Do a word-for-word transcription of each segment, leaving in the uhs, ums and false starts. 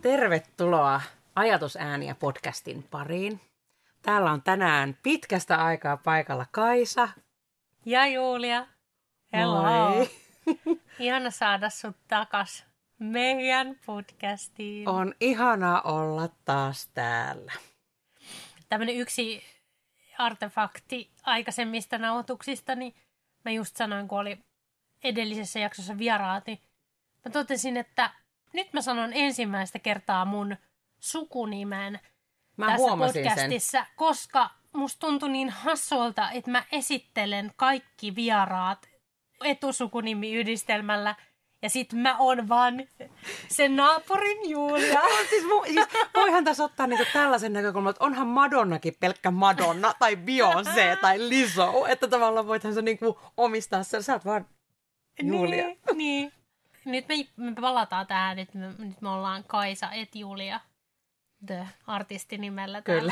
Tervetuloa Ajatusääniä podcastin pariin. Täällä on tänään pitkästä aikaa paikalla Kaisa. Ja Julia. Hello. Moi. Ihana saada sut takas meidän podcastiin. On ihanaa olla taas täällä. Tämmönen yksi artefakti aikaisemmista nauhoituksista, niin mä just sanoin, kun oli edellisessä jaksossa vieraat, niin mä totesin, että nyt mä sanon ensimmäistä kertaa mun sukunimen mä tässä huomasin podcastissa, sen. Koska musta tuntui niin hassulta, että mä esittelen kaikki vieraat etusukunimi-yhdistelmällä ja sit mä oon vaan sen naapurin Julia. siis, mu, siis voihan tässä ottaa niinku tällaisen näkökulman, että onhan Madonnakin pelkkä Madonna tai Beyoncé tai Lizzo, että tavallaan voithan sä niinku omistaa sen, sä oot vaan Julia. Niin, niin. Nyt me, me palataan tähän, nyt me, nyt me ollaan Kaisa et Julia, the artistinimellä. Kyllä.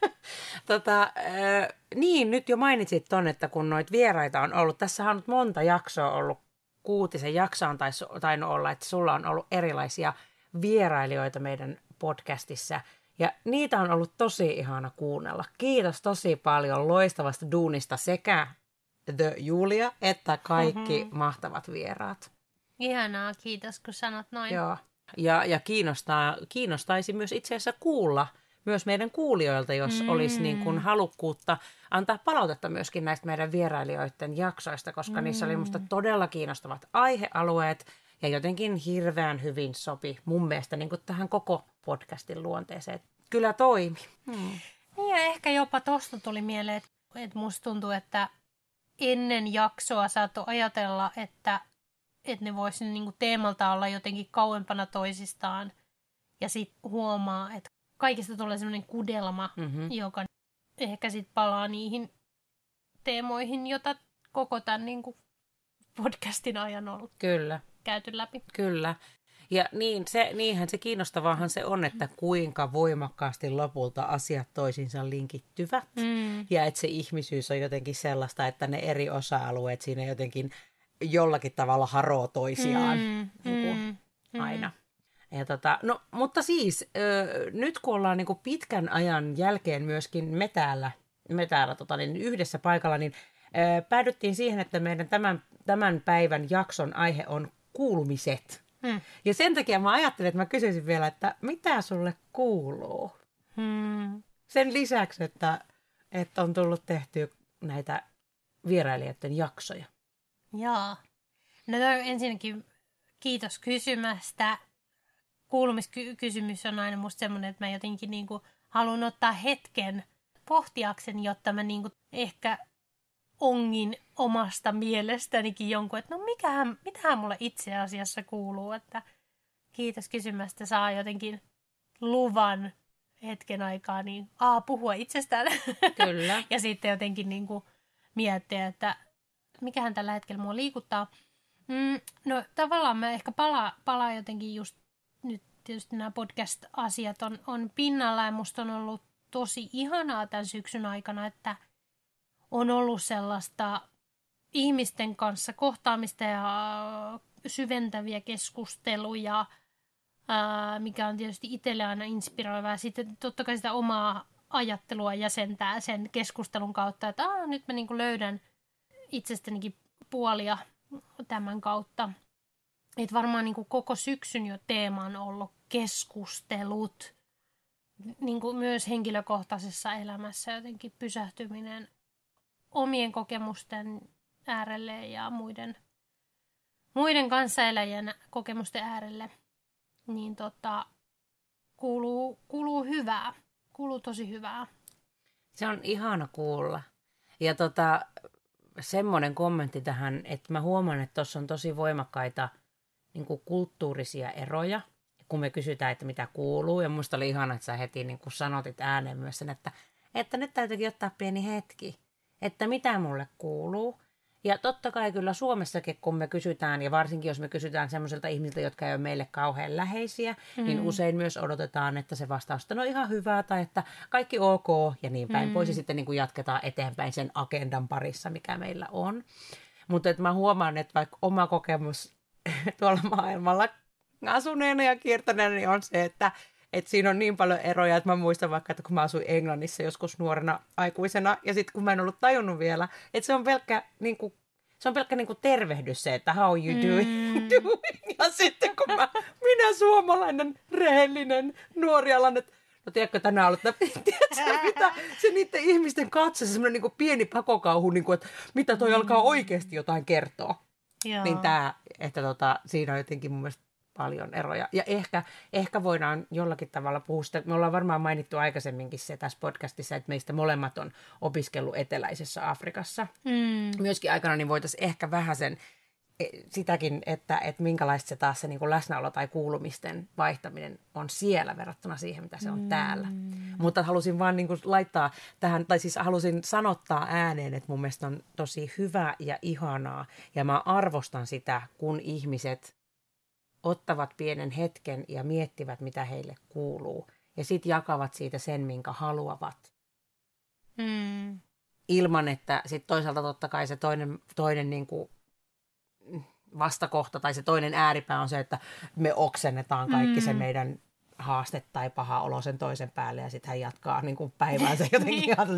tota, äh, niin, nyt jo mainitsit ton, että kun noita vieraita on ollut, tässä on nyt monta jaksoa ollut, kuutisen jaksoa taisi tainnut olla, että sulla on ollut erilaisia vierailijoita meidän podcastissa. Ja niitä on ollut tosi ihana kuunnella. Kiitos tosi paljon loistavasta duunista sekä The Julia että kaikki mm-hmm. mahtavat vieraat. Ihanaa, kiitos kun sanot noin. Joo. Ja, ja kiinnostaa, kiinnostaisi myös itse asiassa kuulla myös meidän kuulijoilta, jos mm. olisi niin kuin halukkuutta antaa palautetta myöskin näistä meidän vierailijoiden jaksoista, koska mm. niissä oli musta todella kiinnostavat aihealueet ja jotenkin hirveän hyvin sopi mun mielestä niin kuin tähän koko podcastin luonteeseen. Kyllä toimi. Mm. Ja ehkä jopa tosta tuli mieleen, että, että musta tuntuu, että ennen jaksoa saattoi ajatella, että että ne voisi niinku teemalta olla jotenkin kauempana toisistaan. Ja sitten huomaa, että kaikista tulee sellainen kudelma, mm-hmm. joka ehkä sitten palaa niihin teemoihin, jota koko tämän niinku podcastin ajan on ollut Kyllä. käyty läpi. Kyllä. Ja niin, se, niinhän se kiinnostavaahan se on, että kuinka voimakkaasti lopulta asiat toisiinsa linkittyvät. Mm. Ja että se ihmisyys on jotenkin sellaista, että ne eri osa-alueet siinä jotenkin jollakin tavalla haroo toisiaan mm, niin mm, aina. Mm. Ja tota, no, mutta siis, ö, nyt kun ollaan niin kuin pitkän ajan jälkeen myöskin me täällä, me täällä tota, niin yhdessä paikalla, niin ö, päädyttiin siihen, että meidän tämän, tämän päivän jakson aihe on kuulumiset. Mm. Ja sen takia mä ajattelin, että mä kysyisin vielä, että mitä sulle kuuluu? Mm. Sen lisäksi, että, että on tullut tehtyä näitä vierailijoiden jaksoja. Joo. No ensinnäkin kiitos kysymästä. Kuulumiskysymys on aina musta semmoinen, että mä jotenkin niinku haluan ottaa hetken pohtiakseni, jotta mä niinku ehkä ongin omasta mielestänikin jonkun, että no mikähän, mitähän mulle itse asiassa kuuluu, että kiitos kysymästä, saa jotenkin luvan hetken aikaa niin a, puhua itsestään. Kyllä. Ja sitten jotenkin niinku miettiä, että mikähän tällä hetkellä mua liikuttaa. Mm, no tavallaan mä ehkä palaan pala jotenkin just nyt tietysti nämä podcast-asiat on, on pinnalla ja musta on ollut tosi ihanaa tämän syksyn aikana, että on ollut sellaista ihmisten kanssa kohtaamista ja syventäviä keskusteluja, ää, mikä on tietysti itselle aina inspiroivaa. Sitten totta kai sitä omaa ajattelua jäsentää sen keskustelun kautta, että Aa, nyt mä niinku löydän itsestänikin puolia tämän kautta. Et varmaan niin kuin koko syksyn jo teema on ollut keskustelut. Niin kuin myös henkilökohtaisessa elämässä jotenkin pysähtyminen omien kokemusten äärelle ja muiden, muiden kanssaeläjien kokemusten äärelle. Niin tota, kuuluu, kuuluu hyvää. Kuuluu tosi hyvää. Se on ihana kuulla. Ja tota... semmoinen kommentti tähän, että mä huomaan, että tuossa on tosi voimakkaita niin kuin kulttuurisia eroja, kun me kysytään, että mitä kuuluu. Ja musta oli ihana, että sä heti niin kuin sanotit ääneen myös sen, että, että nyt täytyykin ottaa pieni hetki, että mitä mulle kuuluu. Ja totta kai kyllä Suomessakin, kun me kysytään, ja varsinkin jos me kysytään semmoisilta ihmisiltä, jotka ei ole meille kauhean läheisiä, mm. niin usein myös odotetaan, että se vastaus on ihan hyvää tai että kaikki ok ja niin päin mm. pois. Ja sitten niin kuin jatketaan eteenpäin sen agendan parissa, mikä meillä on. Mutta että mä huomaan, että vaikka oma kokemus tuolla maailmalla asuneena ja kiertäneena niin on se, että et siinä on niin paljon eroja, että mä muistan vaikka, että kun mä asuin Englannissa joskus nuorena aikuisena, ja sitten kun mä en ollut tajunnut vielä, että se on pelkkä, niin kuin, se on pelkkä niin kuin tervehdys se, että how you doing, mm. doing. Ja sitten kun mä, minä suomalainen, rehellinen, nuori alan, että no tiedätkö, tänään ollut, tiedätkö, mitä se niiden ihmisten katse, se semmoinen niin pieni pakokauhu, niin kuin, että mitä toi mm. alkaa oikeasti jotain kertoa. Joo. Niin tää, että tota, siinä on jotenkin mun mielestä paljon eroja. Ja ehkä, ehkä voidaan jollakin tavalla puhua sitä, me ollaan varmaan mainittu aikaisemminkin se tässä podcastissa, että meistä molemmat on opiskellut eteläisessä Afrikassa. Mm. Myöskin aikana niin voitaisiin ehkä vähän sen sitäkin, että, että minkälaista se taas se niin kuin läsnäolo tai kuulumisten vaihtaminen on siellä verrattuna siihen, mitä se on mm. täällä. Mutta halusin vaan niin kuin laittaa tähän, tai siis halusin sanottaa ääneen, että mun mielestä on tosi hyvä ja ihanaa, ja mä arvostan sitä, kun ihmiset ottavat pienen hetken ja miettivät, mitä heille kuuluu, ja sitten jakavat siitä sen, minkä haluavat. Mm. Ilman, että sitten toisaalta totta kai se toinen, toinen niin kuin vastakohta tai se toinen ääripää on se, että me oksennetaan kaikki mm. se meidän haaste tai paha olo sen toisen päälle ja sitten hän jatkaa niin kuin päiväänsä jotenkin niin. ihan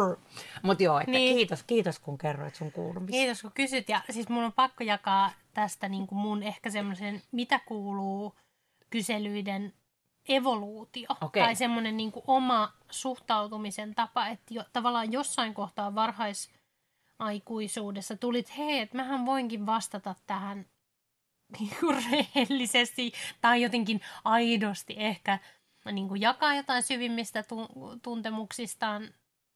Mutta joo, että niin. kiitos, kiitos kun kerroit sun kuulumista. Kiitos kun kysyt ja siis mun on pakko jakaa tästä niin kuin mun ehkä semmoisen mitä kuuluu kyselyiden evoluutio okay. tai semmoinen niin kuin oma suhtautumisen tapa, että jo, tavallaan jossain kohtaa varhais aikuisuudessa tulit, hei, että mähän voinkin vastata tähän niin kuin rehellisesti tai jotenkin aidosti ehkä niin kuin jakaa jotain syvimmistä tu- tuntemuksistaan.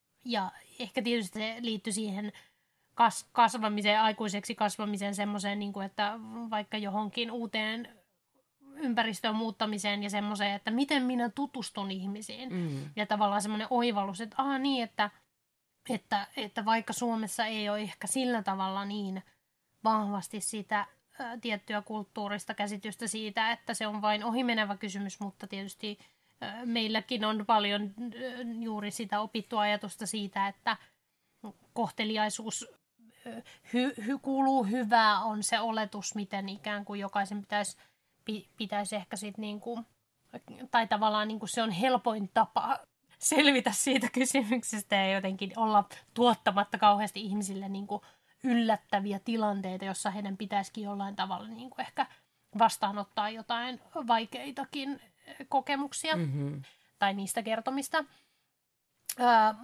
Ja ehkä tietysti se liittyy siihen kas- kasvamiseen, aikuiseksi kasvamiseen semmoiseen, niin kuin, että vaikka johonkin uuteen ympäristöön muuttamiseen ja semmoiseen, että miten minä tutustun ihmisiin. Mm. Ja tavallaan semmoinen oivallus, että aha niin, että Että, että vaikka Suomessa ei ole ehkä sillä tavalla niin vahvasti sitä ä, tiettyä kulttuurista käsitystä siitä, että se on vain ohimenevä kysymys, mutta tietysti ä, meilläkin on paljon ä, juuri sitä opittua ajatusta siitä, että kohteliaisuus ä, hy, hy, kuuluu hyvää on se oletus, miten ikään kuin jokaisen pitäisi, pi, pitäisi ehkä sitten niin kuin, tai tavallaan niin kuin se on helpoin tapa selvitä siitä kysymyksestä ja jotenkin olla tuottamatta kauheasti ihmisille niin kuin yllättäviä tilanteita, jossa heidän pitäisikin jollain tavalla niin kuin ehkä vastaanottaa jotain vaikeitakin kokemuksia mm-hmm. tai niistä kertomista. Öö,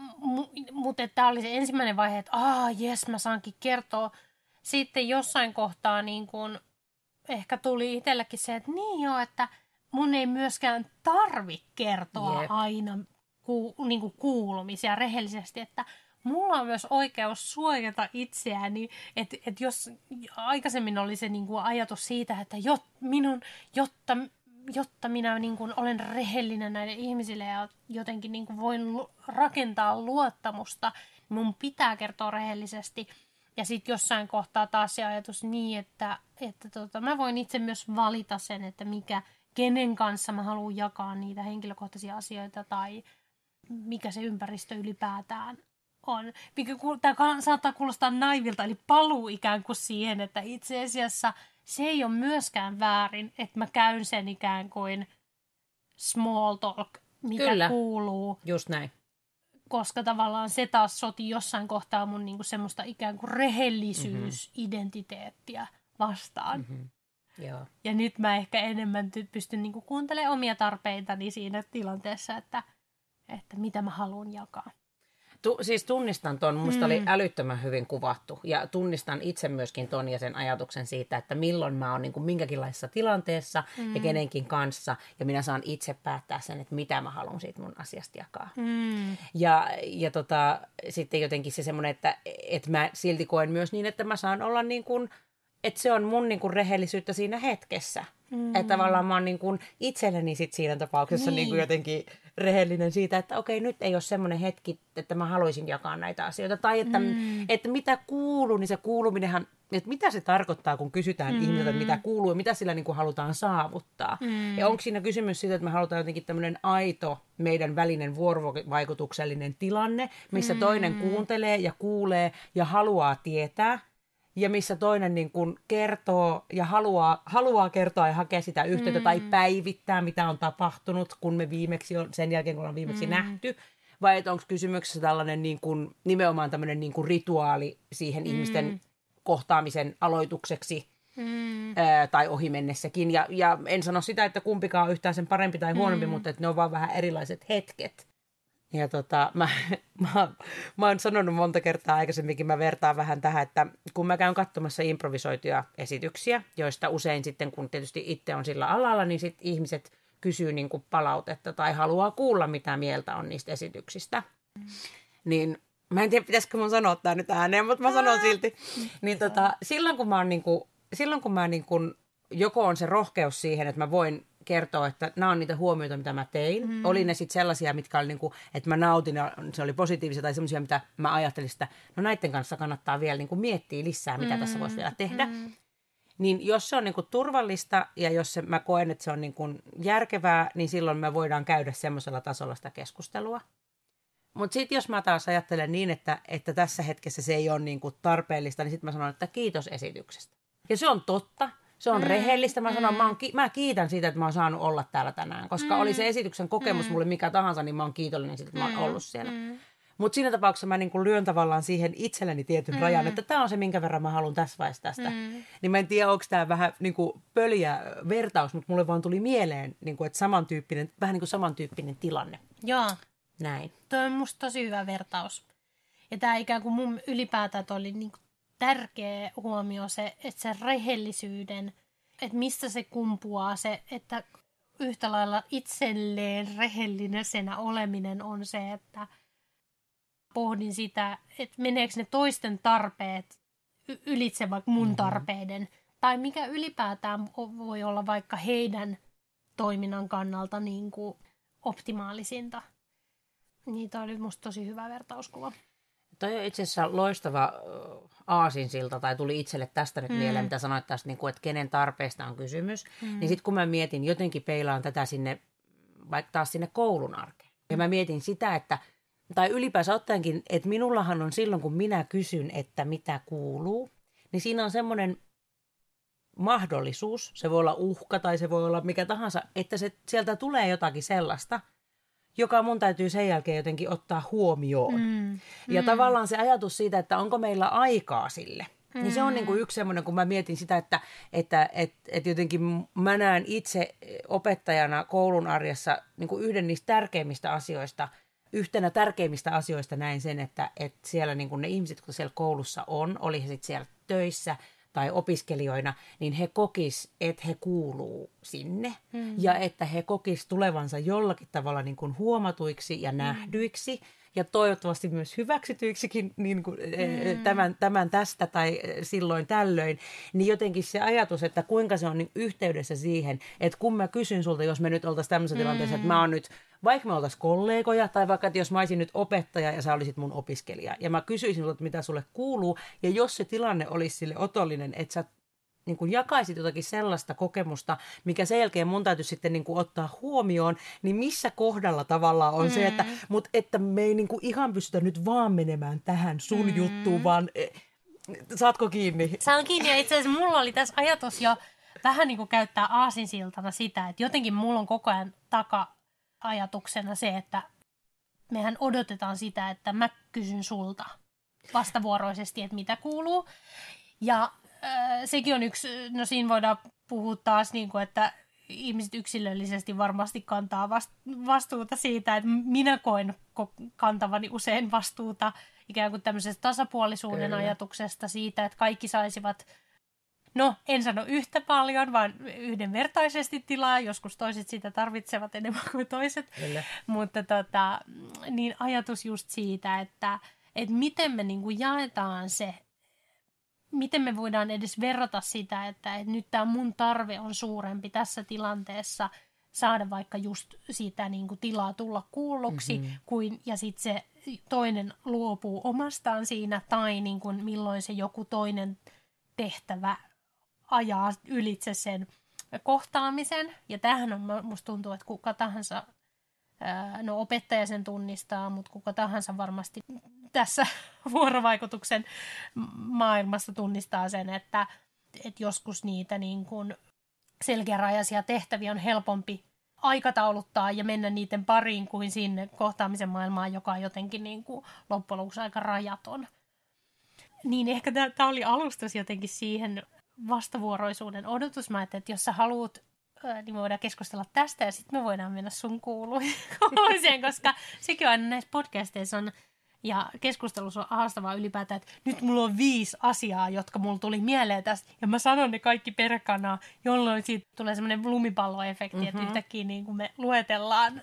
mu- mutta tämä oli se ensimmäinen vaihe, että aah, jes, mä saankin kertoa. Sitten jossain kohtaa niin kuin ehkä tuli itsellekin se, että niin joo, että mun ei myöskään tarvitse kertoa Jep. aina Ku, niin kuin kuulumisia rehellisesti, että mulla on myös oikeus suojata itseäni, että, että jos aikaisemmin oli se niin kuin ajatus siitä, että jot, minun, jotta, jotta minä niin kuin olen rehellinen näille ihmisille ja jotenkin niin kuin voin rakentaa luottamusta, niin mun pitää kertoa rehellisesti. Ja sitten jossain kohtaa taas se ajatus niin, että, että tota, mä voin itse myös valita sen, että mikä, kenen kanssa mä haluan jakaa niitä henkilökohtaisia asioita tai mikä se ympäristö ylipäätään on. Tämä saattaa kuulostaa naivilta, eli paluu ikään kuin siihen, että itse asiassa se ei ole myöskään väärin, että mä käyn sen ikään kuin small talk, mitä Kyllä. kuuluu. Just näin. Koska tavallaan se taas soti jossain kohtaa mun niinku semmoista ikään kuin rehellisyysidentiteettiä vastaan. Mm-hmm. Joo. Ja nyt mä ehkä enemmän pystyn niinku kuuntelemaan omia tarpeitani siinä tilanteessa, että että mitä mä haluan jakaa. Tu, siis tunnistan ton, musta mm. oli älyttömän hyvin kuvattu. Ja tunnistan itse myöskin ton ja sen ajatuksen siitä, että milloin mä oon niin kuin minkäkinlaisessa tilanteessa mm. ja kenenkin kanssa. Ja minä saan itse päättää sen, että mitä mä haluan siitä mun asiasta jakaa. Mm. Ja, ja tota, sitten jotenkin se semmoinen, että, että mä silti koen myös niin, että mä saan olla niin kuin, että se on mun niin kuin rehellisyyttä siinä hetkessä. Mm. Että tavallaan mä oon niin kuin itselleni sit siinä tapauksessa niin. Niin kuin jotenkin rehellinen siitä, että okei, nyt ei ole semmoinen hetki, että mä haluaisin jakaa näitä asioita. Tai että, mm. että mitä kuuluu, niin se kuuluminenhan, että mitä se tarkoittaa, kun kysytään mm. ihmiseltä, mitä kuuluu ja mitä sillä niin kuin halutaan saavuttaa. Mm. Ja onko siinä kysymys siitä, että me halutaan jotenkin tämmöinen aito meidän välinen vuorovaikutuksellinen tilanne, missä mm. toinen kuuntelee ja kuulee ja haluaa tietää. ja missä toinen niin kuin kertoo ja haluaa, haluaa kertoa ja hakea sitä yhteyttä mm. tai päivittää, mitä on tapahtunut, kun me viimeksi on, sen jälkeen, kun ollaan viimeksi mm. nähty. Vai onko kysymyksessä tällainen niin kuin, nimenomaan tämmöinen niin kuin rituaali siihen mm. ihmisten kohtaamisen aloitukseksi mm. ää, tai ohimennessäkin. Ja, ja en sano sitä, että kumpikaan on yhtään sen parempi tai huonompi, mm. mutta että ne on vaan vähän erilaiset hetket. Ja tota, mä, mä, mä oon sanonut monta kertaa aikaisemminkin, mä vertaan vähän tähän, että kun mä käyn katsomassa improvisoituja esityksiä, joista usein sitten, kun tietysti itse on sillä alalla, niin sit ihmiset kysyy niin kuin palautetta tai haluaa kuulla, mitä mieltä on niistä esityksistä. Mm. Niin mä en tiedä, pitäisikö mun sanoa tää nyt ääneen, mutta mä sanon silti. Niin tota, silloin kun mä oon niin kuin, silloin kun mä niin kuin, joko on se rohkeus siihen, että mä voin kertoo, että nämä on niitä huomioita, mitä mä tein. Mm. Oli ne sitten sellaisia, mitkä oli niinku, että mä nautin ja se oli positiivisia tai sellaisia, mitä mä ajattelin, että no näiden kanssa kannattaa vielä niinku miettiä lisää, mitä mm. tässä voisi vielä tehdä. Mm. Niin jos se on niinku turvallista ja jos se, mä koen, että se on niinku järkevää, niin silloin me voidaan käydä semmoisella tasolla sitä keskustelua. Mutta sitten jos mä taas ajattelen niin, että, että tässä hetkessä se ei ole niinku tarpeellista, niin sitten mä sanon, että kiitos esityksestä. Ja se on totta. Se on mm, rehellistä. Mä sanon, mm. mä, ki- mä kiitän siitä, että mä oon saanut olla täällä tänään. Koska mm. oli se esityksen kokemus mm. mulle mikä tahansa, niin mä oon kiitollinen siitä, että mä oon mm. ollut siellä. Mm. Mutta siinä tapauksessa mä niinku lyön tavallaan siihen itselleni tietyn mm. rajan, että tää on se, minkä verran mä haluan tässä vaiheessa tästä. Mm. Niin mä en tiedä, onko tää vähän niinku pöliä vertaus, mutta mulle vaan tuli mieleen, niinku, että samantyyppinen, vähän niin kuin samantyyppinen tilanne. Joo. Näin. Tuo on musta tosi hyvä vertaus. Ja tää ikään kuin mun ylipäätään oli niinku tärkeä huomio se, että se rehellisyyden, että mistä se kumpuaa se, että yhtä lailla itselleen rehellisenä oleminen on se, että pohdin sitä, että meneekö ne toisten tarpeet ylitse vaikka mun tarpeiden, mm-hmm. tai mikä ylipäätään voi olla vaikka heidän toiminnan kannalta niin kuin optimaalisinta. Niin toi oli musta tosi hyvä vertauskuva. Toi on itse asiassa loistava aasinsilta, tai tuli itselle tästä nyt mm. mieleen, mitä sanoit tästä, niin kuin, että kenen tarpeesta on kysymys. Mm. Niin sitten kun mä mietin, jotenkin peilaan tätä sinne, vaikka taas sinne koulun arkeen. Ja mä mietin sitä, että, tai ylipäänsä ottaenkin, että minullahan on silloin, kun minä kysyn, että mitä kuuluu, niin siinä on semmoinen mahdollisuus, se voi olla uhka tai se voi olla mikä tahansa, että se, sieltä tulee jotakin sellaista, joka mun täytyy sen jälkeen jotenkin ottaa huomioon. Mm. Ja mm. tavallaan se ajatus siitä, että onko meillä aikaa sille, mm. niin se on niin kuin yksi semmoinen, kun mä mietin sitä, että, että et, et jotenkin mä näen itse opettajana koulun arjessa niin kuin yhden niistä tärkeimmistä asioista, yhtenä tärkeimmistä asioista näin sen, että, että siellä niin kuin ne ihmiset, kun siellä koulussa on, oli he sitten siellä töissä tai opiskelijoina, niin he kokis, että he kuuluu sinne mm. ja että he kokis tulevansa jollakin tavalla niin kuin huomatuiksi ja nähdyiksi ja toivottavasti myös hyväksytyiksikin niin kuin, mm. tämän, tämän tästä tai silloin tällöin, niin jotenkin se ajatus, että kuinka se on niin yhteydessä siihen, että kun mä kysyn sulta, jos me nyt oltaisiin tämmöisessä mm. tilanteessa, että mä oon nyt, vaikka me oltaisiin kollegoja tai vaikka, että jos mä olisin nyt opettaja ja sä olisit mun opiskelija ja mä kysyisin sulta, mitä sulle kuuluu ja jos se tilanne olisi sille otollinen, että sä niin kuin jakaisit jotakin sellaista kokemusta, mikä sen jälkeen mun täytyy sitten niin kuin ottaa huomioon, niin missä kohdalla tavallaan on mm. se, että, mut, että me ei niin kuin ihan pystytä nyt vaan menemään tähän sun mm. juttuun, vaan saatko kiinni? Saan kiinni ja itse asiassa mulla oli tässä ajatus jo vähän niin kuin käyttää aasinsiltana sitä, että jotenkin mulla on koko ajan taka-ajatuksena se, että mehän odotetaan sitä, että mä kysyn sulta vastavuoroisesti, että mitä kuuluu. Ja sekin on yksi, no siinä voidaan puhua taas niin kuin, että ihmiset yksilöllisesti varmasti kantaa vastuuta siitä, että minä koen kantavani usein vastuuta ikään kuin tämmöisestä tasapuolisuuden Kyllä. ajatuksesta siitä, että kaikki saisivat, no en sano yhtä paljon, vaan yhdenvertaisesti tilaa, joskus toiset sitä tarvitsevat enemmän kuin toiset, Kyllä. mutta tota, niin ajatus just siitä, että, että miten me niin kuin jaetaan se, miten me voidaan edes verrata sitä, että, että nyt tämä mun tarve on suurempi tässä tilanteessa saada vaikka just sitä niin kuin tilaa tulla kuulluksi, mm-hmm. kuin, ja sitten se toinen luopuu omastaan siinä, tai niin kuin milloin se joku toinen tehtävä ajaa ylitse sen kohtaamisen. Ja tämähän on, musta tuntuu, että kuka tahansa, no opettaja sen tunnistaa, mutta kuka tahansa varmasti tässä vuorovaikutuksen maailmassa tunnistaa sen, että, että joskus niitä niin kuin selkeärajaisia tehtäviä on helpompi aikatauluttaa ja mennä niiden pariin kuin sinne kohtaamisen maailmaan, joka on jotenkin niin kuin loppujen lopuksi aika rajaton. Niin ehkä tämä oli alustus jotenkin siihen vastavuoroisuuden odotus. Mä ajattelin, että jos sä haluat, niin me voidaan keskustella tästä ja sitten me voidaan mennä sun kuuluiseen, koska sekin on aina näissä podcasteissa on ja keskustelussa on haastavaa ylipäätään, että nyt mulla on viisi asiaa, jotka mulla tuli mieleen tästä, ja mä sanon ne kaikki perkana, jolloin siitä tulee semmoinen lumipalloefekti, mm-hmm. että yhtäkkiä niin kuin me luetellaan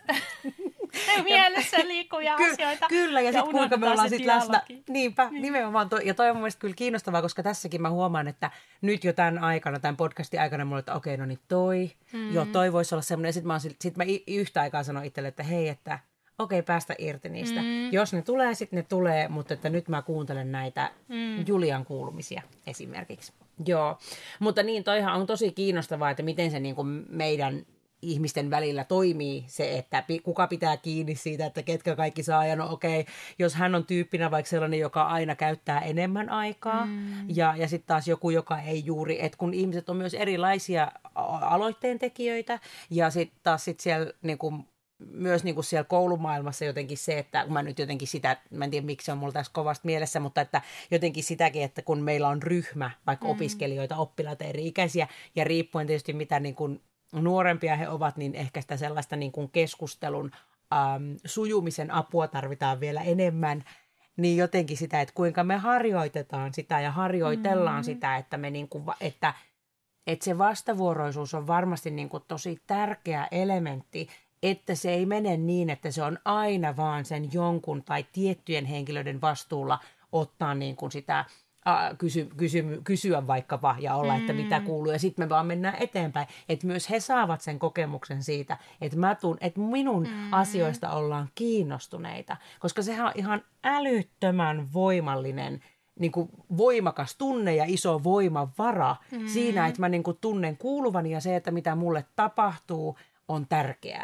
mielessä liikkuvia Ky- asioita. Kyllä, ja, ja sitten kuinka me ollaan sitten läsnä. Niinpä, niin. nimenomaan. Toi, ja toi on mun mielestä kyllä kiinnostavaa, koska tässäkin mä huomaan, että nyt jo tämän aikana, tämän podcastin aikana mulle, että okei, no niin toi, mm. joo, toi voisi olla semmoinen. Sitten mä, sit mä yhtä aikaa sanon itselle, että hei, että okei, päästä irti niistä. Mm. Jos ne tulee, sitten ne tulee, mutta että nyt mä kuuntelen näitä mm. Julian kuulumisia esimerkiksi. Joo, mutta niin, toihan on tosi kiinnostavaa, että miten se niin kuin meidän ihmisten välillä toimii se, että kuka pitää kiinni siitä, että ketkä kaikki saa. Ja no okei, jos hän on tyyppinä vaikka sellainen, joka aina käyttää enemmän aikaa mm. ja, ja sitten taas joku, joka ei juuri, että kun ihmiset on myös erilaisia aloitteentekijöitä ja sitten taas sit siellä niin kuin myös niin kuin siellä koulumaailmassa jotenkin se, että kun mä nyt jotenkin sitä, mä en tiedä miksi se on mulla tässä kovasti mielessä, mutta että jotenkin sitäkin, että kun meillä on ryhmä, vaikka mm. opiskelijoita, oppilaita eri-ikäisiä ja riippuen tietysti mitä niin kuin nuorempia he ovat, niin ehkä sitä sellaista niin kuin keskustelun äm, sujumisen apua tarvitaan vielä enemmän, niin jotenkin sitä, että kuinka me harjoitetaan sitä ja harjoitellaan mm. sitä, että, me niin kuin, että, että se vastavuoroisuus on varmasti niin kuin tosi tärkeä elementti, että se ei mene niin, että se on aina vaan sen jonkun tai tiettyjen henkilöiden vastuulla ottaa niin kuin sitä äh, kysy, kysy, kysyä vaikkapa ja olla, mm. että mitä kuuluu. Ja sitten me vaan mennään eteenpäin. Että myös he saavat sen kokemuksen siitä, että, mä tuun, että minun mm. asioista ollaan kiinnostuneita. Koska sehän on ihan älyttömän voimallinen, niin kuin voimakas tunne ja iso voimavara mm. siinä, että mä niin kuin tunnen kuuluvani ja se, että mitä mulle tapahtuu, on tärkeää.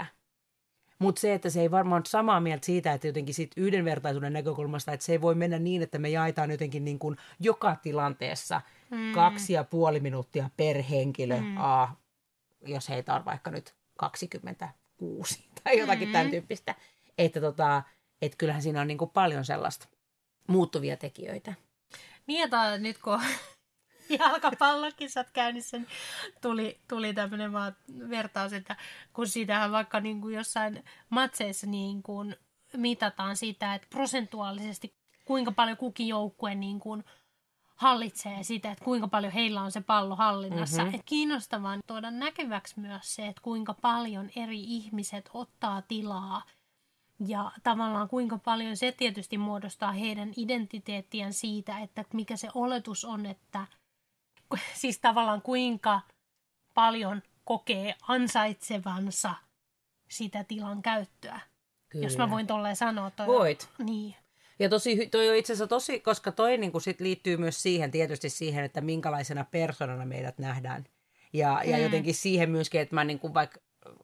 Mutta se, että se ei varmaan ole samaa mieltä siitä, että jotenkin siitä yhdenvertaisuuden näkökulmasta, että se ei voi mennä niin, että me jaetaan jotenkin niin kuin joka tilanteessa mm. kaksi ja puoli minuuttia per henkilö, mm. A, jos heitä on vaikka nyt kaksikymmentäkuusi tai jotakin mm. tämän tyyppistä. Että tota, et kyllähän siinä on niin kuin paljon sellaista muuttuvia tekijöitä. Niin, että nyt kun jalkapallokisat käynnissä, niin tuli, tuli tämmöinen vaan vertaus, että kun siitähän vaikka niin kuin jossain matseissa niin kuin mitataan sitä, että prosentuaalisesti kuinka paljon kukin joukkue niin kuin hallitsee sitä, että kuinka paljon heillä on se pallo hallinnassa. Mm-hmm. Että kiinnostavaa tuoda näkyväksi myös se, että kuinka paljon eri ihmiset ottaa tilaa ja tavallaan kuinka paljon se tietysti muodostaa heidän identiteettiään siitä, että mikä se oletus on, että siis tavallaan kuinka paljon kokee ansaitsevansa sitä tilan käyttöä. Kyllä. Jos mä voin tolleen sanoa. Toi, Voit. Niin. Ja tosi, toi on itse asiassa tosi, koska toi niin kuin sit liittyy myös siihen, tietysti siihen, että minkälaisena persoonana meidät nähdään. Ja, mm. ja jotenkin siihen myöskin, että mä niin kuin vaikka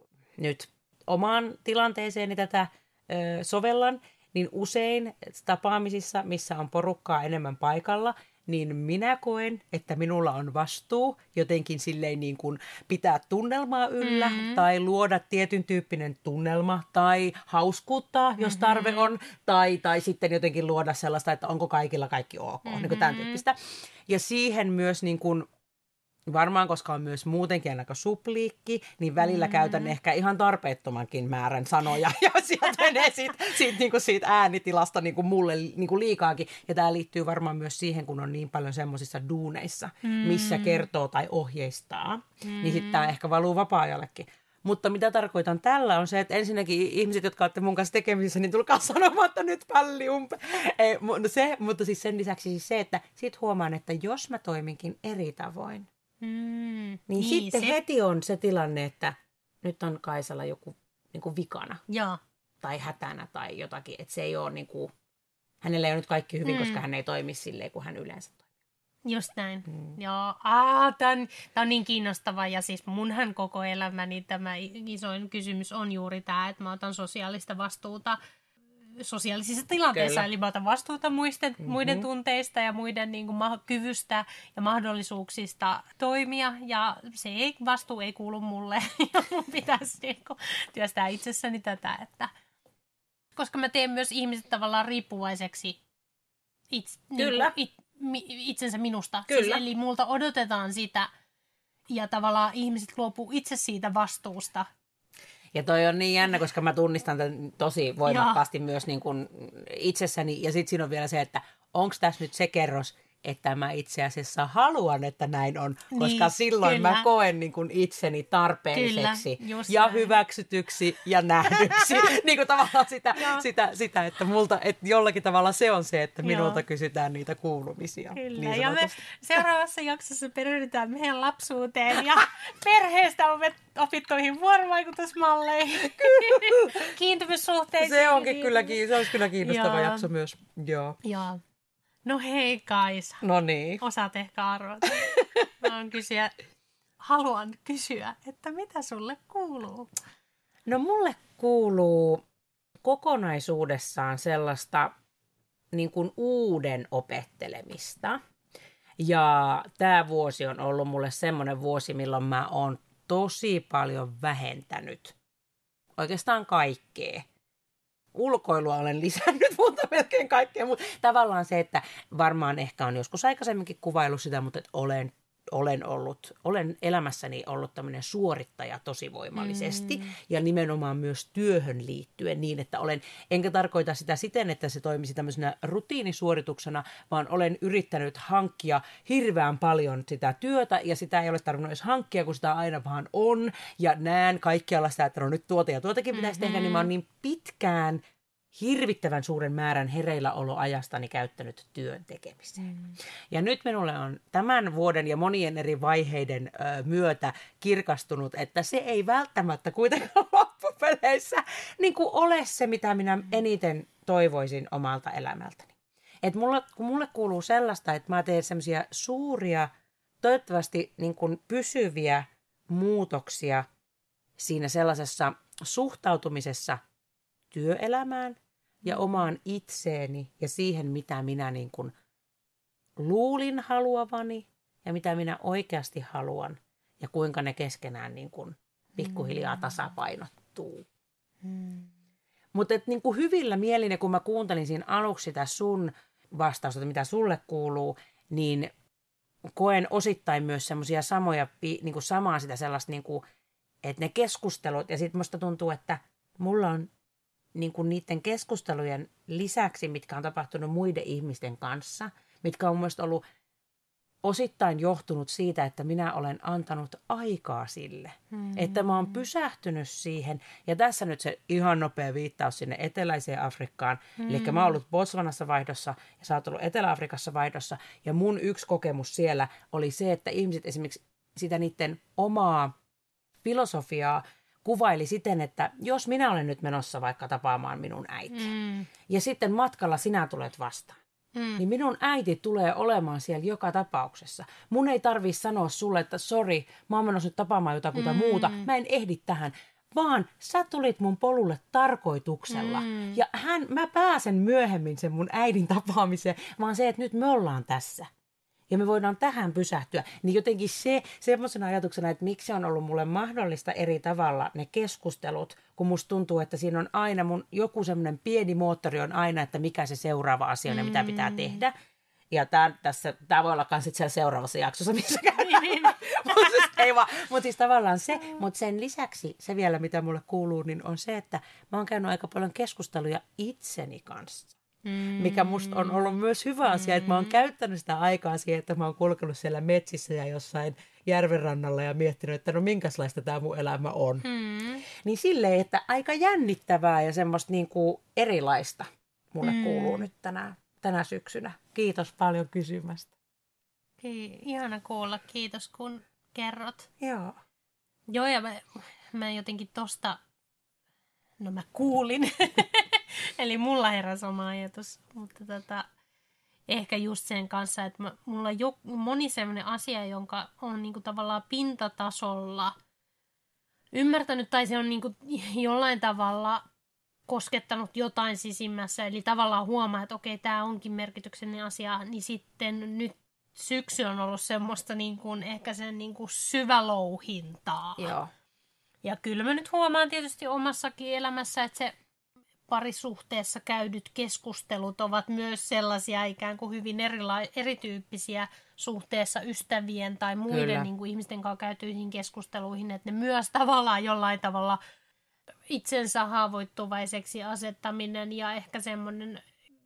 nyt omaan tilanteeseeni tätä ö, sovellan, niin usein tapaamisissa, missä on porukkaa enemmän paikalla, niin minä koen, että minulla on vastuu jotenkin silleen niin kuin pitää tunnelmaa yllä mm-hmm. tai luoda tietyn tyyppinen tunnelma tai hauskuuttaa, jos tarve mm-hmm. on, tai, tai sitten jotenkin luoda sellaista, että onko kaikilla kaikki ok, mm-hmm. niin kuin tämän tyyppistä. Ja siihen myös niin kuin varmaan, koska on myös muutenkin aika supliikki, niin välillä mm-hmm. käytän ehkä ihan tarpeettomankin määrän sanoja. Ja sieltä menee siitä, siitä, niin kuin siitä äänitilasta niin kuin mulle niin kuin liikaakin. Ja tämä liittyy varmaan myös siihen, kun on niin paljon semmoisissa duuneissa, mm-hmm. missä kertoo tai ohjeistaa. Mm-hmm. Niin sitten tämä ehkä valuu vapaa-ajallekin. Mutta mitä tarkoitan tällä on se, että ensinnäkin ihmiset, jotka olette mun kanssa tekemisissä, niin tulkaa sanomaan, että nyt pälli umpe. Ei, no se, mutta siis sen lisäksi siis se, että sit huomaan, että jos mä toiminkin eri tavoin, Mm, niin, niin sitten se heti on se tilanne, että nyt on Kaisalla joku niin kuin vikana Joo. tai hätänä tai jotakin. Että se ei ole niin kuin, hänellä ei ole nyt kaikki hyvin, mm. koska hän ei toimi silleen, kuin hän yleensä toimii. Just näin. Mm. Joo, ah, tämä on, on niin kiinnostava ja siis munhan koko elämäni tämä isoin kysymys on juuri tämä, että mä otan sosiaalista vastuuta sosiaalisissa tilanteissa. Kyllä. Eli mä otan vastuuta muisten, Mm-hmm. muiden tunteista ja muiden niin kuin, ma- kyvystä ja mahdollisuuksista toimia. Ja se ei, vastuu ei kuulu mulle. Ja mun pitäisi niin kuin, työstää itsessäni tätä. Että... Koska mä teen myös ihmiset tavallaan riippuvaiseksi itse, Kyllä. Niin kuin, it, mi, itsensä minusta. Kyllä. Siis, eli multa odotetaan sitä ja tavallaan ihmiset luopuu itse siitä vastuusta. Ja toi on niin jännä, koska mä tunnistan tämän tosi voimakkaasti Joo. myös niin kuin itsessäni. Ja sitten siinä on vielä se, että onko tässä nyt se kerros, että mä itse asiassa haluan, että näin on. Koska niin, silloin kyllä. mä koen niin kuin itseni tarpeelliseksi Kyllä, ja näin. hyväksytyksi ja nähdyksi. niin kuin tavallaan sitä, sitä, sitä, että multa, että jollakin tavalla se on se, että minulta Joo. kysytään niitä kuulumisia. Kyllä, niin ja me seuraavassa jaksossa perehdytään meidän lapsuuteen ja perheestä opittuihin vuorovaikutusmalleihin, kiintymyssuhteisiin. Se onkin kyllä, se olisi kyllä kiinnostava Joo. jakso myös. Joo. Joo. No hei Kaisa. No niin. Osaat ehkä arvata. Mä on kysyä, haluan kysyä, että mitä sulle kuuluu? No mulle kuuluu kokonaisuudessaan sellaista niin kuin uuden opettelemista. Ja tämä vuosi on ollut mulle semmoinen vuosi, milloin mä oon tosi paljon vähentänyt oikeastaan kaikkea. Ulkoilua olen lisännyt, mutta melkein kaikkea. Mutta tavallaan se, että varmaan ehkä on joskus aikaisemminkin kuvaillut sitä, mutta että olen, olen, ollut, olen elämässäni ollut tämmöinen suorittaja tosi voimallisesti. Mm. Ja nimenomaan myös työhön liittyen niin, että olen, enkä tarkoita sitä siten, että se toimisi tämmöisenä rutiinisuorituksena, vaan olen yrittänyt hankkia hirveän paljon sitä työtä ja sitä ei ole tarvinnut edes hankkia, kun sitä aina vaan on. Ja näen kaikkialla sitä, että no nyt tuota ja tuotakin pitäisi mm-hmm. tehdä, niin mä oon niin pitkään hirvittävän suuren määrän hereilläoloajastani käyttänyt työn tekemiseen. Mm. Ja nyt minulle on tämän vuoden ja monien eri vaiheiden ö, myötä kirkastunut, että se ei välttämättä kuitenkaan loppupeleissä niin kuin ole se, mitä minä eniten toivoisin omalta elämältäni. Et mulle, kun mulle kuuluu sellaista, että mä teen semmoisia suuria, toivottavasti niin kuin pysyviä muutoksia siinä sellaisessa suhtautumisessa työelämään ja omaan itseeni ja siihen, mitä minä niin kuin luulin haluavani ja mitä minä oikeasti haluan ja kuinka ne keskenään niin kuin pikkuhiljaa tasapainottuu. Mm. Mutta niin kuin hyvillä mielin, kun mä kuuntelin siinä aluksi sitä sun vastausta, mitä sulle kuuluu, niin koen osittain myös semmoisia samoja, niin kuin samaa sitä sellaista, niin kuin, että ne keskustelut, ja sitten musta tuntuu, että mulla on niin kuin niiden keskustelujen lisäksi, mitkä on tapahtunut muiden ihmisten kanssa, mitkä on mielestäni ollut osittain johtunut siitä, että minä olen antanut aikaa sille. Mm-hmm. Että mä oon pysähtynyt siihen. Ja tässä nyt se ihan nopea viittaus sinne eteläiseen Afrikkaan. Mm-hmm. Eli mä oon ollut Botswanassa vaihdossa ja sä oot ollut Etelä-Afrikassa vaihdossa. Ja mun yksi kokemus siellä oli se, että ihmiset esimerkiksi sitä niiden omaa filosofiaa kuvaili siten, että jos minä olen nyt menossa vaikka tapaamaan minun äitiä, mm. ja sitten matkalla sinä tulet vastaan, mm. niin minun äiti tulee olemaan siellä joka tapauksessa. Mun ei tarvitse sanoa sulle, että sori, mä oon menossa nyt tapaamaan jotakuta mm. muuta, mä en ehdi tähän, vaan sä tulit mun polulle tarkoituksella. Mm. Ja hän, mä pääsen myöhemmin sen mun äidin tapaamiseen, vaan se, että nyt me ollaan tässä. Ja me voidaan tähän pysähtyä. Niin jotenkin se semmoisena ajatuksena, että miksi on ollut mulle mahdollista eri tavalla ne keskustelut, kun musta tuntuu, että siinä on aina mun joku semmoinen pieni moottori on aina, että mikä se seuraava asia on ja mitä pitää tehdä. Ja tää, tässä, tää voi olla myös siellä seuraavassa jaksossa, missä käydään. Mutta siis, mut siis tavallaan se, mutta sen lisäksi se vielä, mitä mulle kuuluu, niin on se, että mä oon käynyt aika paljon keskusteluja itseni kanssa. Mm. Mikä musta on ollut myös hyvä asia, mm. että mä oon käyttänyt sitä aikaa siihen, että mä oon kulkenut siellä metsissä ja jossain järvenrannalla ja miettinyt, että no minkälaista tämä mun elämä on. Mm. Niin silleen, että aika jännittävää ja semmoista niin kuin erilaista mulle mm. kuuluu nyt tänä, tänä syksynä. Kiitos paljon kysymästä. Hei, ihana kuulla. Kiitos kun kerrot. Joo. Joo, ja mä, mä jotenkin tosta, no mä kuulin. Eli mulla heräsi sama ajatus, mutta tota, ehkä just sen kanssa, että mä, mulla on jo, moni sellainen asia, jonka on niinku tavallaan pintatasolla ymmärtänyt, tai se on niinku jollain tavalla koskettanut jotain sisimmässä, eli tavallaan huomaa, että okei, tämä onkin merkityksellinen asia, niin sitten nyt syksy on ollut semmoista niin kuin, ehkä sen niin kuin syvälouhintaa. Joo. Ja kyllä mä nyt huomaan tietysti omassakin elämässä, että se parisuhteessa käydyt keskustelut ovat myös sellaisia ikään kuin hyvin erila- erityyppisiä suhteessa ystävien tai muiden niin kuin ihmisten kanssa käytyihin keskusteluihin, että ne myös tavallaan jollain tavalla itsensä haavoittuvaiseksi asettaminen ja ehkä semmoinen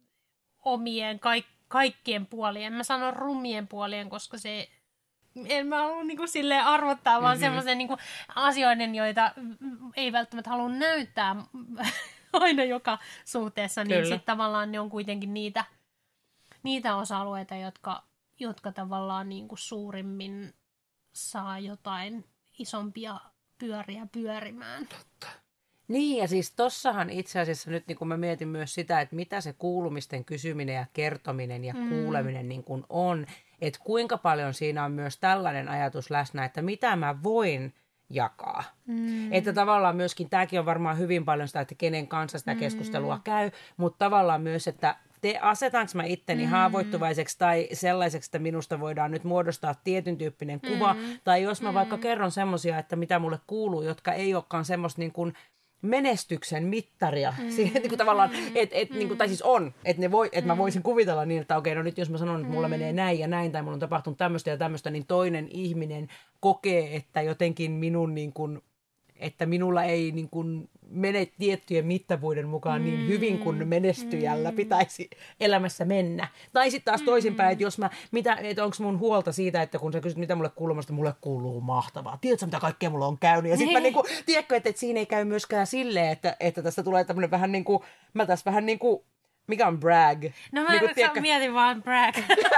omien kaik- kaikkien puolien, en mä sano rumien puolien, koska se en mä halua niin kuin silleen arvottaa, vaan mm-hmm. semmoisen niin kuin asioiden, joita ei välttämättä halua näyttää aina joka suhteessa, niin sitten tavallaan ne on kuitenkin niitä, niitä osa-alueita, jotka, jotka tavallaan niin kuin suurimmin saa jotain isompia pyöriä pyörimään. Totta. Niin, ja siis tossahan itse asiassa nyt niin kun mä mietin myös sitä, että mitä se kuulumisten kysyminen ja kertominen ja mm. kuuleminen niin kun on, että kuinka paljon siinä on myös tällainen ajatus läsnä, että mitä mä voin jakaa. Mm. Että tavallaan myöskin, tämäkin on varmaan hyvin paljon sitä, että kenen kanssa sitä keskustelua mm. käy, mutta tavallaan myös, että te asetanko mä itteni mm. haavoittuvaiseksi tai sellaiseksi, että minusta voidaan nyt muodostaa tietyn tyyppinen kuva, mm. tai jos mä mm. vaikka kerron semmoisia, että mitä mulle kuuluu, jotka ei olekaan semmoista niin kuin menestyksen mittaria. Mm. Siihen, niin kuin tavallaan, et, et, mm. niin kuin, tai siis on, että et mä voisin kuvitella niin, että okei, no nyt jos mä sanon, että mulla mm. menee näin ja näin, tai mulla on tapahtunut tämmöistä ja tämmöistä, niin toinen ihminen kokee, että jotenkin minun, niin kuin, että minulla ei niin kuin, mene tiettyjen mittapuiden mukaan niin mm. hyvin kuin menestyjällä mm. pitäisi elämässä mennä. Tai sitten taas toisinpäin, että jos mä, mitä, että onko mun huolta siitä, että kun sä kysyt, mitä mulle kuuluu, että mulle kuuluu mahtavaa. Tiedätkö, mitä kaikkea mulla on käynyt? Ja sitten mä niinku, tiedätkö, että, että siinä ei käy myöskään silleen, että, että tästä tulee tämmöinen vähän niin kuin, mä tässä vähän niin kuin, mikä on brag? No mä niin kuin, mietin vaan brag.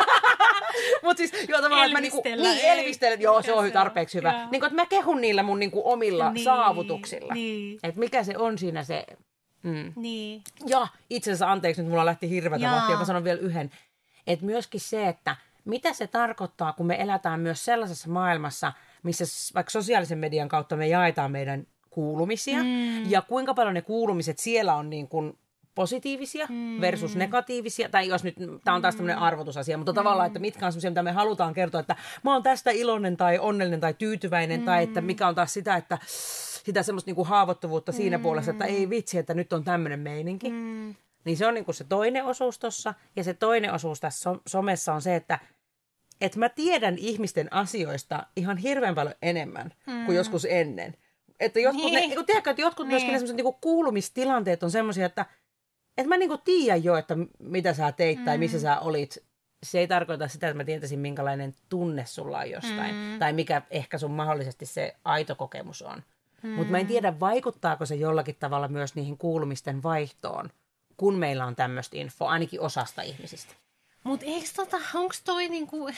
Mutta siis joo, tavallaan, että mä niinku, niin elvistelen, joo se on tarpeeksi hyvä. Niin kuin, että mä kehun niillä mun niinku omilla niin, saavutuksilla. Niin. Että mikä se on siinä se. Mm. Niin. Ja itse asiassa, anteeksi, nyt mulla lähti hirveätä vahtia, mä sanon vielä yhden. Että myöskin se, että mitä se tarkoittaa, kun me elätään myös sellaisessa maailmassa, missä vaikka sosiaalisen median kautta me jaetaan meidän kuulumisia. Mm. Ja kuinka paljon ne kuulumiset siellä on niin kuin positiivisia mm. versus negatiivisia, tai jos nyt, tämä on taas tämmöinen arvotusasia, mutta mm. tavallaan, että mitkä on semmoisia, mitä me halutaan kertoa, että mä oon tästä iloinen tai onnellinen tai tyytyväinen, mm. tai että mikä on taas sitä, että sitä semmoista niinku haavoittuvuutta mm. siinä puolessa, että ei vitsi, että nyt on tämmöinen meininki. Mm. Niin se on niinku se toinen osuus tossa, ja se toinen osuus tässä somessa on se, että et mä tiedän ihmisten asioista ihan hirveän paljon enemmän mm. kuin joskus ennen. Että jotkut, niin. ne, kun tiedätkö, että jotkut niin. myöskin ne semmoiset niinku kuulumistilanteet on semmoisia, että että mä niinku tiedän jo, että mitä sä teit tai missä mm. sä olit. Se ei tarkoita sitä, että mä tietäisin, minkälainen tunne sulla on jostain. Mm. Tai mikä ehkä sun mahdollisesti se aito kokemus on. Mm. Mutta mä en tiedä, vaikuttaako se jollakin tavalla myös niihin kuulumisten vaihtoon, kun meillä on tämmöistä infoa, ainakin osasta ihmisistä. Mutta eikö tota, onko toi niinku,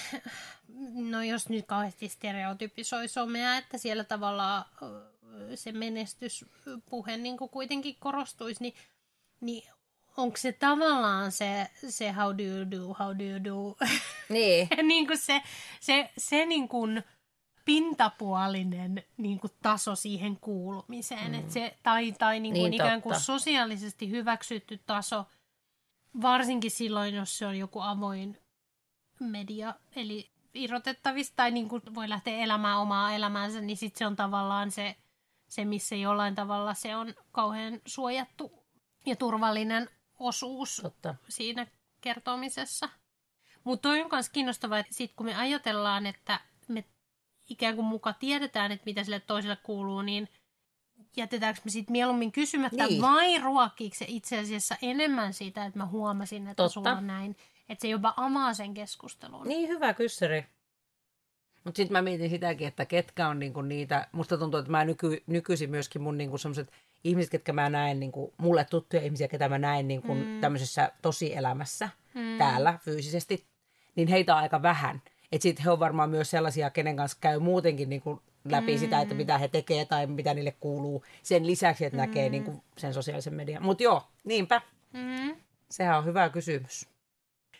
no jos nyt kauheasti stereotypisoi somea, että siellä tavallaan se menestyspuhe niinku kuitenkin korostuisi, niin, niin onko se tavallaan se, se how do you do, how do you do? Niin. niin kuin se se, se niin kuin pintapuolinen niin kuin taso siihen kuulumiseen. Mm. Et se, tai tai niin kuin niin ikään kuin sosiaalisesti hyväksytty taso, varsinkin silloin, jos se on joku avoin media, eli irrotettavista, tai niin kuin voi lähteä elämään omaa elämäänsä, niin sitten se on tavallaan se, se, missä jollain tavalla se on kauhean suojattu ja turvallinen osuus Totta. siinä kertomisessa. Mutta toi on myös kiinnostavaa, että sit kun me ajatellaan, että me ikään kuin muka tiedetään, että mitä sille toiselle kuuluu, niin jätetäänkö me sitten mieluummin kysymättä niin. vai ruokkiiko se itse asiassa enemmän siitä, että mä huomasin, että Totta. sulla on näin. Että se jopa avaa sen keskustelun. Niin, hyvä kyssäri. Mutta sitten mä mietin sitäkin, että ketkä on niinku niitä, musta tuntuu, että mä nyky, nykyisin myöskin mun niinku sellaiset ihmiset, ketkä mä näen, niinku, mulle tuttuja ihmisiä, ketä mä näen niinku mm. tämmöisessä tosielämässä mm. täällä fyysisesti, niin heitä on aika vähän. Että sitten he on varmaan myös sellaisia, kenen kanssa käy muutenkin niinku läpi mm. sitä, että mitä he tekee tai mitä niille kuuluu. Sen lisäksi, että mm. näkee niinku sen sosiaalisen median. Mutta joo, niinpä. Mm. Sehän on hyvä kysymys.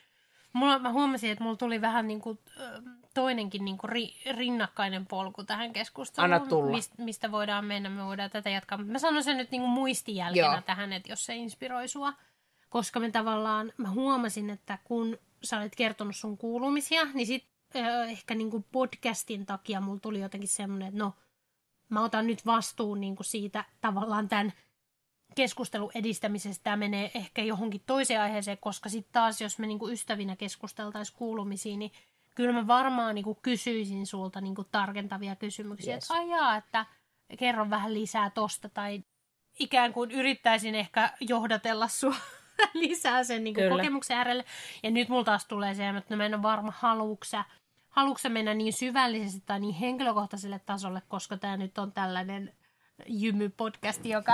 Mulla, mä huomasin, että mulla tuli vähän niin kuin, toinenkin niin kuin ri, rinnakkainen polku tähän keskusteluun. Anna tulla. Mist, mistä voidaan mennä, me voidaan tätä jatkaa. Mä sanon sen nyt niin kuin muistijälkenä Joo. tähän, että jos se inspiroi sua. Koska me tavallaan, mä huomasin, että kun sä olet kertonut sun kuulumisia, niin sit äh, ehkä niin kuin podcastin takia mulla tuli jotenkin semmoinen, että no, mä otan nyt vastuun niin kuin siitä tavallaan tämän keskustelun edistämisestä. Tämä menee ehkä johonkin toiseen aiheeseen, koska sitten taas, jos me niin kuin ystävinä keskusteltaisiin kuulumisiin, niin kyllä mä varmaan niin kuin kysyisin sulta niin kuin tarkentavia kysymyksiä. Yes. Että ajaa, että kerro vähän lisää tosta, tai ikään kuin yrittäisin ehkä johdatella sua lisää sen niin kuin kokemuksen äärelle. Ja nyt mulla taas tulee se, että no mä en ole varma, haluuksä, haluuksä mennä niin syvällisesti tai niin henkilökohtaiselle tasolle, koska tämä nyt on tällainen jymy-podcasti, joka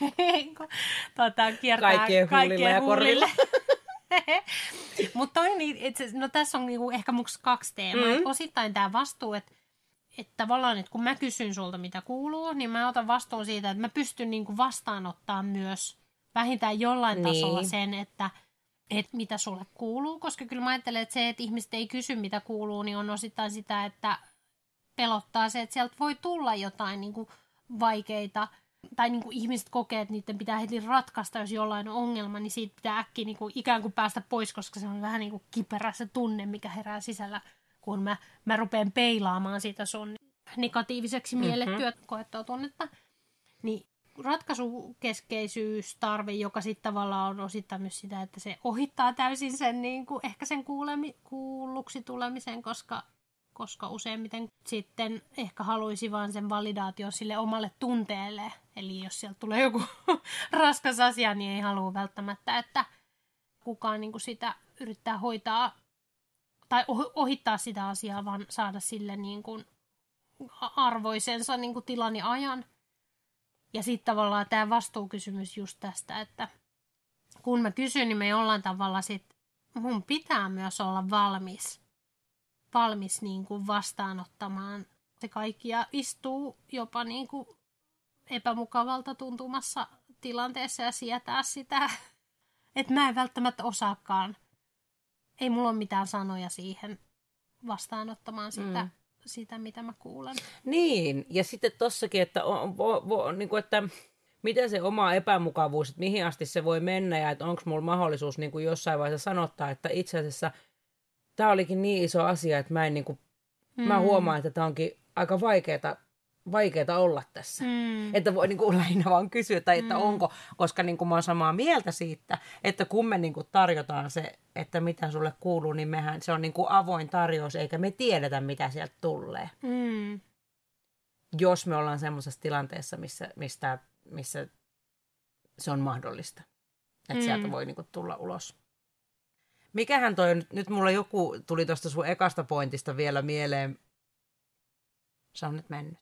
tota, kiertää kaikkien huulilla ja korvilla. Mutta no tässä on niinku ehkä muks kaksi teemaa. Mm-hmm. Osittain tämä vastuu, että et tavallaan, että kun mä kysyn sulta, mitä kuuluu, niin mä otan vastuun siitä, että mä pystyn niinku vastaanottamaan myös vähintään jollain niin. tasolla sen, että et mitä sulle kuuluu. Koska kyllä mä ajattelen, että se, että ihmiset ei kysy, mitä kuuluu, niin on osittain sitä, että pelottaa se, että sieltä voi tulla jotain niinku vaikeita, tai niin kuin ihmiset kokee, että niiden pitää heti ratkaista, jos jollain on ongelma, niin siitä pitää äkkiä niin kuin ikään kuin päästä pois, koska se on vähän niin kuin kiperä se tunne, mikä herää sisällä, kun mä, mä rupean peilaamaan sitä sun negatiiviseksi miellettyä mm-hmm. koettua tunnetta. Niin ratkaisukeskeisyystarve, joka sitten tavallaan on osittain myös sitä, että se ohittaa täysin sen niin kuin ehkä sen kuulemi, kuulluksi tulemisen, koska koska useimmiten sitten ehkä haluaisi vaan sen validaation sille omalle tunteelle. Eli jos sieltä tulee joku raskas asia, niin ei halua välttämättä, että kukaan niin kuin sitä yrittää hoitaa tai ohittaa sitä asiaa, vaan saada sille niin kuin arvoisensa niin kuin tilan ja ajan. Ja sitten tavallaan tämä vastuukysymys just tästä, että kun mä kysyn, niin me jollain tavalla sit mun pitää myös olla valmis. valmis niin kuin vastaanottamaan se kaikki ja istuu jopa niin kuin epämukavalta tuntumassa tilanteessa ja sietää sitä, että mä en välttämättä osaakaan. Ei mulla ole mitään sanoja siihen vastaanottamaan sitä, mm. sitä mitä mä kuulen. Niin, ja sitten tossakin, että, on, vo, vo, niin kuin, että miten se oma epämukavuus, että mihin asti se voi mennä ja että onko mulla mahdollisuus niin kuin jossain vaiheessa sanottaa, että itse asiassa tämä olikin niin iso asia, että mä, en, niin kuin, mm. mä huomaan, että tämä onkin aika vaikeaa, vaikeaa olla tässä. Mm. Että voi niin kuin, lähinnä vaan kysyä, tai että mm. onko, koska niin kuin mä oon samaa mieltä siitä, että kun me niin kuin, tarjotaan se, että mitä sulle kuuluu, niin mehän, se on niin kuin avoin tarjous, eikä me tiedetä, mitä sieltä tulee. Mm. Jos me ollaan semmoisessa tilanteessa, missä, mistä, missä se on mahdollista. Että mm. sieltä voi niin kuin, tulla ulos. Mikähän toi, nyt, nyt mulla joku tuli tuosta sun ekasta pointista vielä mieleen. Se on nyt mennyt.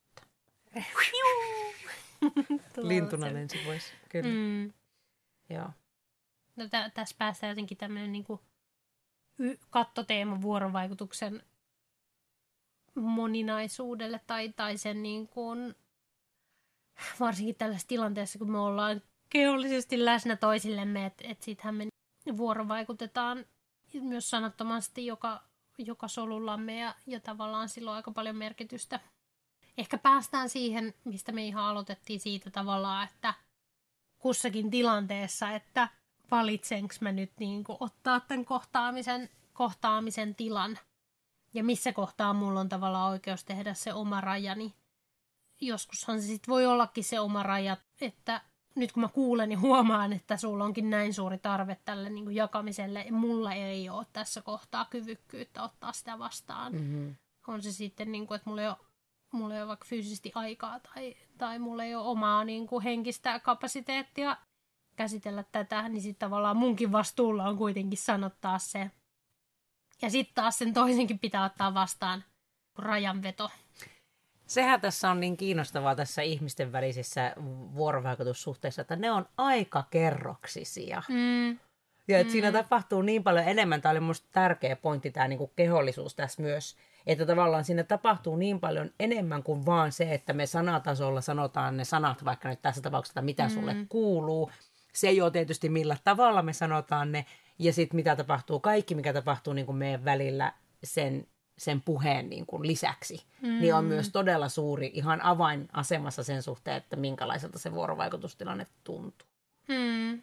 Lintuna lensi pois, kyllä. Mm. Joo. No, tä, tässä päästään jotenkin tämmöinen niinku y- kattoteema vuorovaikutuksen moninaisuudelle tai, tai sen niin kuin, varsinkin tällaisessa tilanteessa, kun me ollaan kehollisesti läsnä toisillemme, että et sittenhän me vuorovaikutetaan myös sanattomasti joka, joka solullamme ja, ja tavallaan sillä on aika paljon merkitystä. Ehkä päästään siihen, mistä me ihan aloitettiin siitä tavallaan, että kussakin tilanteessa, että valitsenko mä nyt niin kuin ottaa tämän kohtaamisen, kohtaamisen tilan ja missä kohtaa mulla on tavallaan oikeus tehdä se oma rajani. Joskushan se sitten voi ollakin se oma raja, että nyt kun mä kuulen ja huomaan, että sulla onkin näin suuri tarve tälle niin kuin jakamiselle, ja mulla ei ole tässä kohtaa kyvykkyyttä ottaa sitä vastaan. Mm-hmm. On se sitten, niin kuin, että mulla ei ole, mulla ei ole vaikka fyysisesti aikaa tai, tai mulla ei ole omaa niin kuin henkistä kapasiteettia käsitellä tätä, niin sitten tavallaan munkin vastuulla on kuitenkin sanottaa se. Ja sitten taas sen toisenkin pitää ottaa vastaan rajanveto. Sehän tässä on niin kiinnostavaa tässä ihmisten välisissä vuorovaikutussuhteissa, että ne on aika kerroksisia. Mm. Ja että mm. siinä tapahtuu niin paljon enemmän. Tämä oli minusta tärkeä pointti, tämä niin kuin kehollisuus tässä myös. Että tavallaan siinä tapahtuu niin paljon enemmän kuin vaan se, että me sanatasolla sanotaan ne sanat, vaikka nyt tässä tapauksessa, mitä mm. sulle kuuluu. Se ei ole tietysti millä tavalla me sanotaan ne. ja sitten mitä tapahtuu, kaikki mikä tapahtuu niin kuin meidän välillä sen, sen puheen niin kuin lisäksi, mm. niin on myös todella suuri ihan avainasemassa sen suhteen, että minkälaiselta se vuorovaikutustilanne tuntuu. Mm.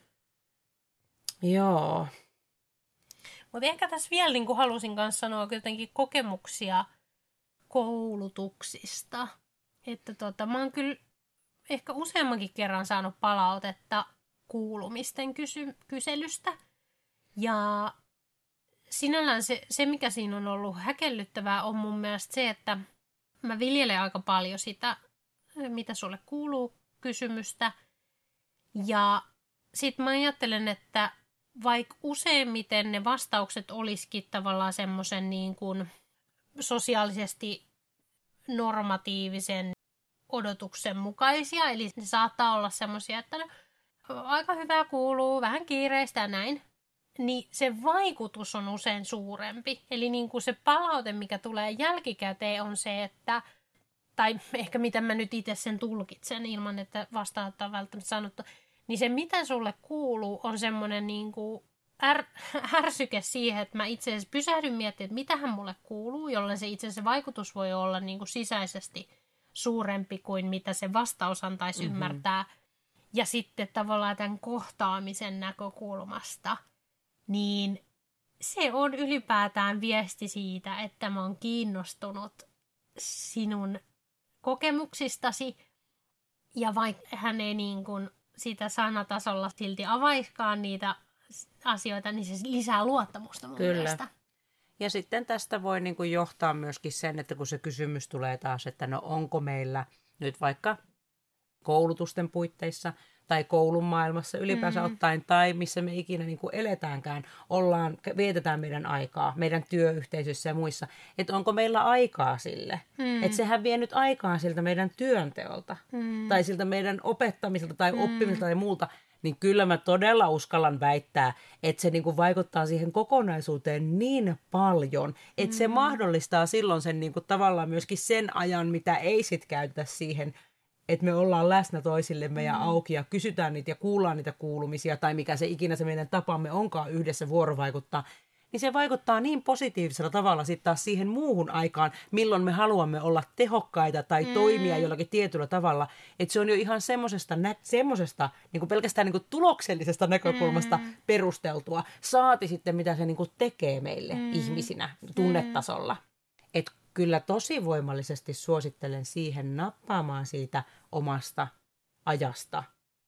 Joo. Mutta ehkä tässä vielä niin kuin halusin kanssa sanoa jotenkin kokemuksia koulutuksista. Että tota, mä oon kyllä ehkä useammankin kerran saanut palautetta kuulumisten kysy- kyselystä. Ja sinällään se, se, mikä siinä on ollut häkellyttävää, on mun mielestä se, että mä viljelen aika paljon sitä, mitä sulle kuuluu kysymystä. Ja sit mä ajattelen, että vaikka useimmiten ne vastaukset olisikin tavallaan semmoisen niin kuin sosiaalisesti normatiivisen odotuksen mukaisia, eli ne saattaa olla semmoisia, että no, aika hyvää kuuluu, vähän kiireistä ja näin, niin se vaikutus on usein suurempi. Eli niin kuin se palaute, mikä tulee jälkikäteen, on se, että, tai ehkä miten mä nyt itse sen tulkitsen ilman, että vastaanotto on välttämättä sanottu, niin se mitä sulle kuuluu on semmoinen niin kuin är, härsyke siihen, että mä itse asiassa pysähdyn miettimään, että mitähän mulle kuuluu, jolloin se itse asiassa vaikutus voi olla niin kuin sisäisesti suurempi kuin mitä se vastaus antaisi mm-hmm. ymmärtää. Ja sitten tavallaan tämän kohtaamisen näkökulmasta, niin se on ylipäätään viesti siitä, että mä oon kiinnostunut sinun kokemuksistasi. Ja vaikka hän ei niin kuin sitä sanatasolla silti avaiskaan niitä asioita, niin se lisää luottamusta mun Kyllä. mielestä. Ja sitten tästä voi niin kuin johtaa myöskin sen, että kun se kysymys tulee taas, että no onko meillä nyt vaikka koulutusten puitteissa tai koulun maailmassa ylipäänsä mm. ottaen tai missä me ikinä niin kuin eletäänkään, ollaan, vietetään meidän aikaa, meidän työyhteisöissä ja muissa, että onko meillä aikaa sille. Mm. Että sehän vie nyt aikaa siltä meidän työnteolta mm. tai siltä meidän opettamiselta tai mm. oppimiselta tai muulta. Niin kyllä mä todella uskallan väittää, että se niinku vaikuttaa siihen kokonaisuuteen niin paljon, että mm. se mahdollistaa silloin sen niinku tavallaan myöskin sen ajan, mitä ei sit käytetä siihen, että me ollaan läsnä toisillemme ja auki ja kysytään niitä ja kuullaan niitä kuulumisia tai mikä se ikinä se meidän tapamme onkaan yhdessä vuorovaikuttaa. Niin se vaikuttaa niin positiivisella tavalla sitten taas siihen muuhun aikaan, milloin me haluamme olla tehokkaita tai mm. toimia jollakin tietyllä tavalla. Että se on jo ihan semmoisesta, nä- semmoisesta niin pelkästään niin kuin tuloksellisesta näkökulmasta mm. perusteltua. Saati sitten, mitä se niin kuin tekee meille mm. ihmisinä tunnetasolla. Että kyllä tosi voimallisesti suosittelen siihen nappaamaan siitä omasta ajasta.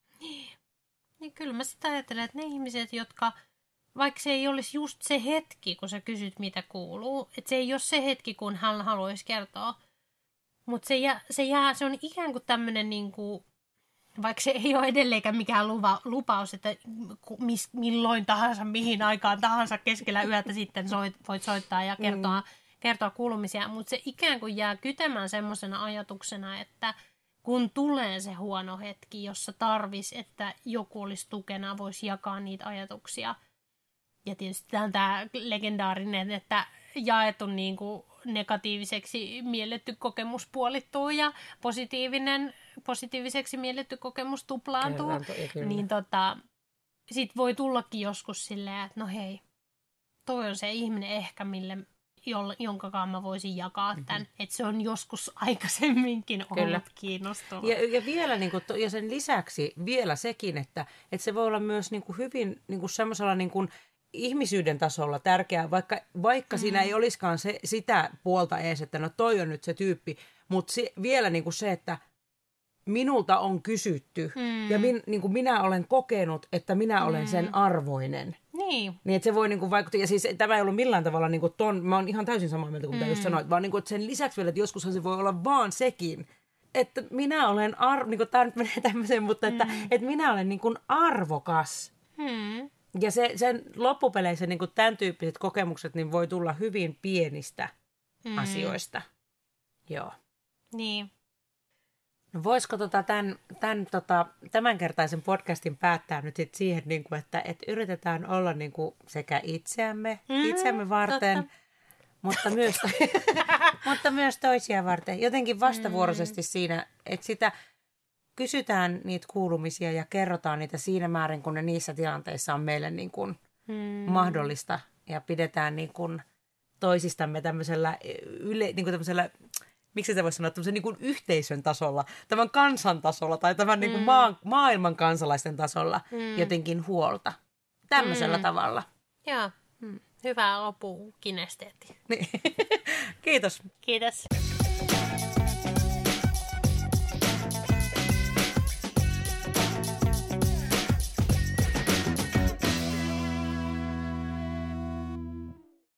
Niin kyllä mä sitä ajattelen, että ne ihmiset, jotka vaikka se ei olisi just se hetki, kun sä kysyt, mitä kuuluu. Että se ei ole se hetki, kun hän haluaisi kertoa. Mutta se, jää, se, jää, se on ikään kuin tämmöinen, niinku, vaikka se ei ole edelleenkään mikään luva, lupaus, että mis, milloin tahansa, mihin aikaan tahansa keskellä yötä sitten soit, voit soittaa ja kertoa, mm. kertoa kuulumisia. Mutta se ikään kuin jää kytemään semmoisena ajatuksena, että kun tulee se huono hetki, jossa tarvisi, että joku olisi tukena, voisi jakaa niitä ajatuksia. Ja tietysti tämä on tämä legendaarinen, että jaettu niin kuin negatiiviseksi mielletty kokemus puolittuu ja positiivinen, positiiviseksi mielletty kokemus tuplaantuu. Kyllä, niin tota, sit voi tullakin joskus silleen, että no hei, toi on se ihminen ehkä, mille, jonkakaan mä voisin jakaa tämän. Mm-hmm. Että se on joskus aikaisemminkin ollut Kyllä. kiinnostunut. Ja, ja vielä niin kuin, ja sen lisäksi vielä sekin, että, että se voi olla myös niin kuin hyvin niin kuin semmoisella niin kuin ihmisyyden tasolla tärkeää, vaikka, vaikka mm. siinä ei olisikaan se, sitä puolta ees, että no toi on nyt se tyyppi, mutta se, vielä niin kuin se, että minulta on kysytty mm. ja min, niin kuin minä olen kokenut, että minä mm. olen sen arvoinen. Niin. Niin, että se voi niin kuin vaikuttaa, ja siis tämä ei ollut millään tavalla niin kuin ton, mä oon ihan täysin samaa mieltä kuin mm. mitä just sanoit, vaan niin kuin, että sen lisäksi vielä, että joskushan se voi olla vaan sekin, että minä olen, ar- niin kuin tämä nyt menee tämmöiseen, mutta että, mm. että minä olen niin kuin arvokas. Mm. Ja se, sen loppupeleissä niin kuin tämän tyyppiset kokemukset niin voi tulla hyvin pienistä mm. asioista. Joo. Niin. No voisiko tota tämän, tämän, tota, tämänkertaisen podcastin päättää nyt sit siihen, niin kuin, että, että yritetään olla niin kuin sekä itseämme, mm, itseämme varten, mutta myös, mutta myös toisia varten. Jotenkin vastavuoroisesti mm. siinä, että sitä kysytään niitä kuulumisia ja kerrotaan niitä siinä määrin, kun ne niissä tilanteissa on meille niin kuin mm. mahdollista ja pidetään niin kuin toisistamme tämmöisellä, yle, niin kuin tämmöisellä, miksi se voisi sanoa, tämmöisen niin kuin yhteisön tasolla, tämän kansan tasolla tai tämän mm. niin kuin maa, maailman kansalaisten tasolla mm. jotenkin huolta. Tämmöisellä mm. tavalla. Joo, mm. hyvä lopu kinesteetti. Kiitos. Kiitos.